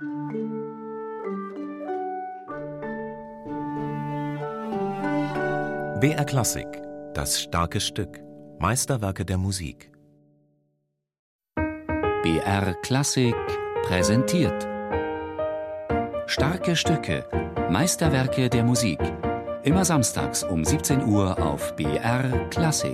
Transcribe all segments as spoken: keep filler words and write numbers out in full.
B R Klassik, das starke Stück, Meisterwerke der Musik. B R Klassik präsentiert Starke Stücke, Meisterwerke der Musik. Immer samstags um siebzehn Uhr auf B R Klassik.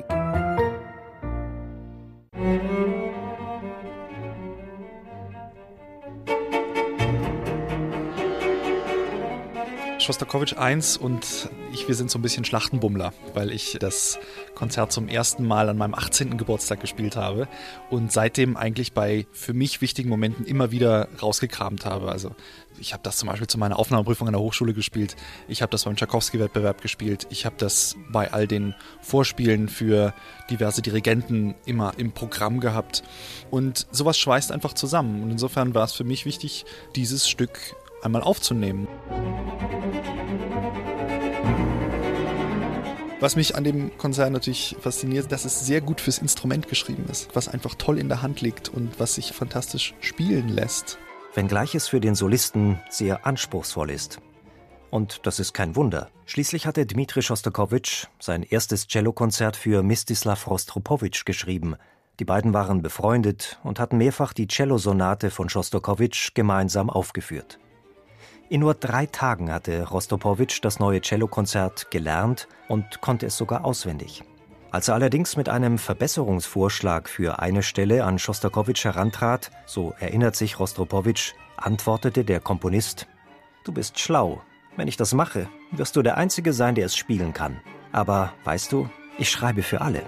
Schostakowitsch eins und ich, wir sind so ein bisschen Schlachtenbummler, weil ich das Konzert zum ersten Mal an meinem achtzehnten Geburtstag gespielt habe und seitdem eigentlich bei für mich wichtigen Momenten immer wieder rausgekramt habe. Also ich habe das zum Beispiel zu meiner Aufnahmeprüfung an der Hochschule gespielt, ich habe das beim Tschaikowski-Wettbewerb gespielt, ich habe das bei all den Vorspielen für diverse Dirigenten immer im Programm gehabt und sowas schweißt einfach zusammen und insofern war es für mich wichtig, dieses Stück einmal aufzunehmen. Was mich an dem Konzert natürlich fasziniert, dass es sehr gut fürs Instrument geschrieben ist, was einfach toll in der Hand liegt und was sich fantastisch spielen lässt. Wenngleich es für den Solisten sehr anspruchsvoll ist. Und das ist kein Wunder. Schließlich hatte Dmitri Schostakowitsch sein erstes Cellokonzert für Mstislav Rostropowitsch geschrieben. Die beiden waren befreundet und hatten mehrfach die Cellosonate von Schostakowitsch gemeinsam aufgeführt. In nur drei Tagen hatte Rostropowitsch das neue Cellokonzert gelernt und konnte es sogar auswendig. Als er allerdings mit einem Verbesserungsvorschlag für eine Stelle an Schostakowitsch herantrat, so erinnert sich Rostropowitsch, antwortete der Komponist: »Du bist schlau. Wenn ich das mache, wirst du der Einzige sein, der es spielen kann. Aber weißt du, ich schreibe für alle.«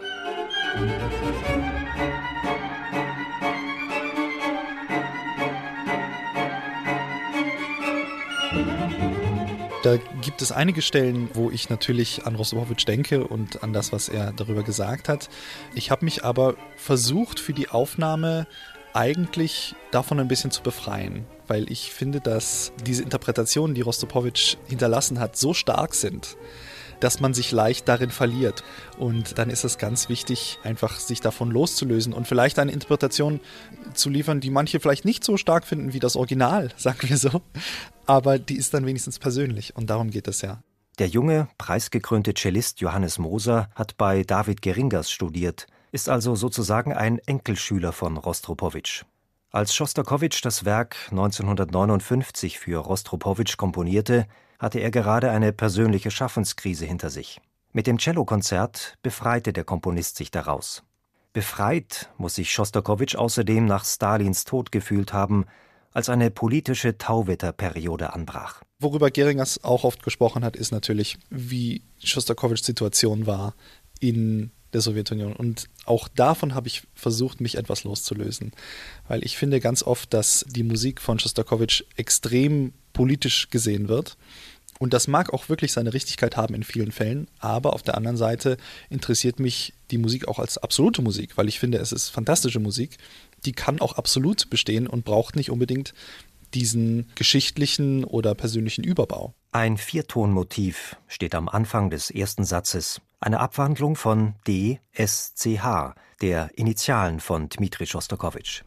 Da gibt es einige Stellen, wo ich natürlich an Rostropowitsch denke und an das, was er darüber gesagt hat. Ich habe mich aber versucht, für die Aufnahme eigentlich davon ein bisschen zu befreien, weil ich finde, dass diese Interpretationen, die Rostropowitsch hinterlassen hat, so stark sind, dass man sich leicht darin verliert. Und dann ist es ganz wichtig, einfach sich davon loszulösen und vielleicht eine Interpretation zu liefern, die manche vielleicht nicht so stark finden wie das Original, sagen wir so. Aber die ist dann wenigstens persönlich und darum geht es ja. Der junge, preisgekrönte Cellist Johannes Moser hat bei David Geringas studiert, ist also sozusagen ein Enkelschüler von Rostropowitsch. Als Schostakowitsch das Werk neunzehnhundertneunundfünfzig für Rostropowitsch komponierte, hatte er gerade eine persönliche Schaffenskrise hinter sich. Mit dem Cellokonzert befreite der Komponist sich daraus. Befreit muss sich Schostakowitsch außerdem nach Stalins Tod gefühlt haben, als eine politische Tauwetterperiode anbrach. Worüber Geringas auch oft gesprochen hat, ist natürlich, wie Schostakowitschs Situation war in der Sowjetunion. Und auch davon habe ich versucht, mich etwas loszulösen. Weil ich finde ganz oft, dass die Musik von Schostakowitsch extrem politisch gesehen wird. Und das mag auch wirklich seine Richtigkeit haben in vielen Fällen. Aber auf der anderen Seite interessiert mich die Musik auch als absolute Musik, weil ich finde, es ist fantastische Musik. Die kann auch absolut bestehen und braucht nicht unbedingt diesen geschichtlichen oder persönlichen Überbau. Ein Viertonmotiv steht am Anfang des ersten Satzes, eine Abwandlung von D S C H, der Initialen von Dmitri Schostakowitsch.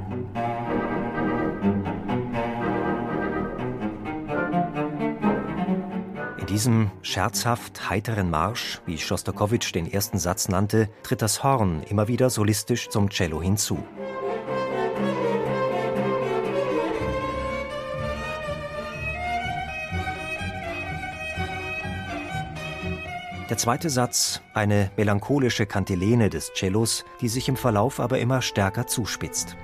In diesem scherzhaft heiteren Marsch, wie Schostakowitsch den ersten Satz nannte, tritt das Horn immer wieder solistisch zum Cello hinzu. Der zweite Satz, eine melancholische Kantilene des Cellos, die sich im Verlauf aber immer stärker zuspitzt.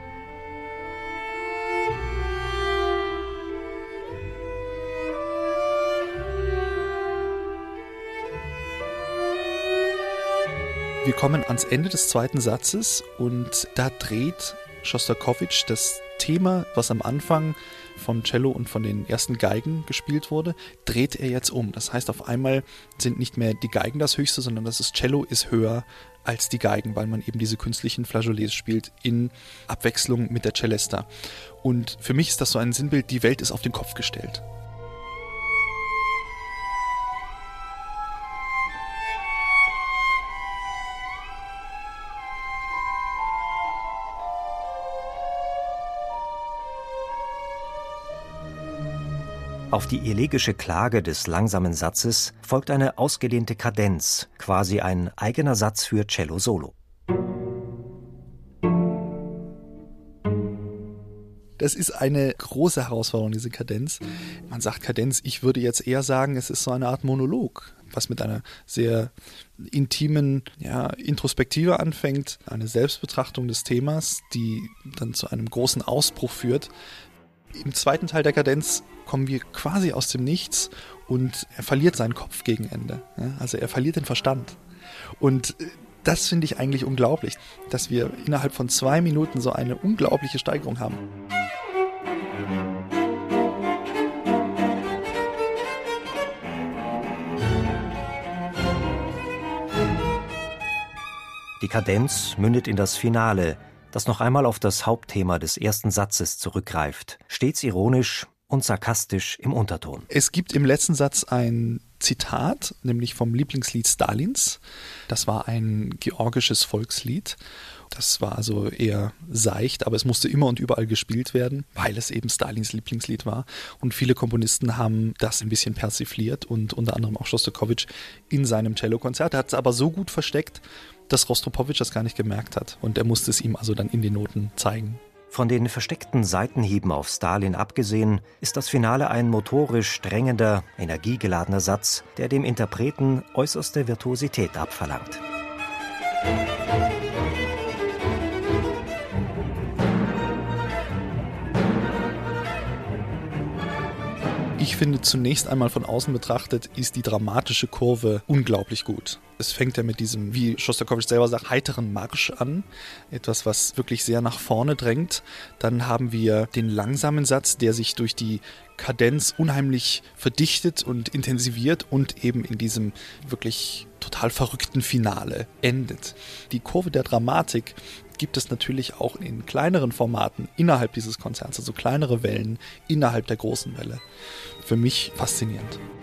Wir kommen ans Ende des zweiten Satzes und da dreht Schostakowitsch das Thema, was am Anfang vom Cello und von den ersten Geigen gespielt wurde, dreht er jetzt um. Das heißt, auf einmal sind nicht mehr die Geigen das Höchste, sondern das Cello ist höher als die Geigen, weil man eben diese künstlichen Flageolets spielt in Abwechslung mit der Celesta. Und für mich ist das so ein Sinnbild, die Welt ist auf den Kopf gestellt. Auf die elegische Klage des langsamen Satzes folgt eine ausgedehnte Kadenz, quasi ein eigener Satz für Cello Solo. Das ist eine große Herausforderung, diese Kadenz. Man sagt Kadenz, ich würde jetzt eher sagen, es ist so eine Art Monolog, was mit einer sehr intimen ja, Introspektive anfängt, eine Selbstbetrachtung des Themas, die dann zu einem großen Ausbruch führt. Im zweiten Teil der Kadenz kommen wir quasi aus dem Nichts und er verliert seinen Kopf gegen Ende. Ja? Also er verliert den Verstand. Und das finde ich eigentlich unglaublich, dass wir innerhalb von zwei Minuten so eine unglaubliche Steigerung haben. Die Kadenz mündet in das Finale, das noch einmal auf das Hauptthema des ersten Satzes zurückgreift, stets ironisch und sarkastisch im Unterton. Es gibt im letzten Satz ein Zitat, nämlich vom Lieblingslied Stalins. Das war ein georgisches Volkslied. Das war also eher seicht, aber es musste immer und überall gespielt werden, weil es eben Stalins Lieblingslied war. Und viele Komponisten haben das ein bisschen persifliert und unter anderem auch Schostakowitsch in seinem Cellokonzert. Er hat es aber so gut versteckt, dass Rostropowitsch das gar nicht gemerkt hat. Und er musste es ihm also dann in den Noten zeigen. Von den versteckten Seitenhieben auf Stalin abgesehen, ist das Finale ein motorisch drängender, energiegeladener Satz, der dem Interpreten äußerste Virtuosität abverlangt. Ich finde, zunächst einmal von außen betrachtet ist die dramatische Kurve unglaublich gut. Es fängt ja mit diesem, wie Schostakowitsch selber sagt, heiteren Marsch an. Etwas, was wirklich sehr nach vorne drängt. Dann haben wir den langsamen Satz, der sich durch die Kadenz unheimlich verdichtet und intensiviert und eben in diesem wirklich total verrückten Finale endet. Die Kurve der Dramatik gibt es natürlich auch in kleineren Formaten innerhalb dieses Konzerts, also kleinere Wellen innerhalb der großen Welle. Für mich faszinierend.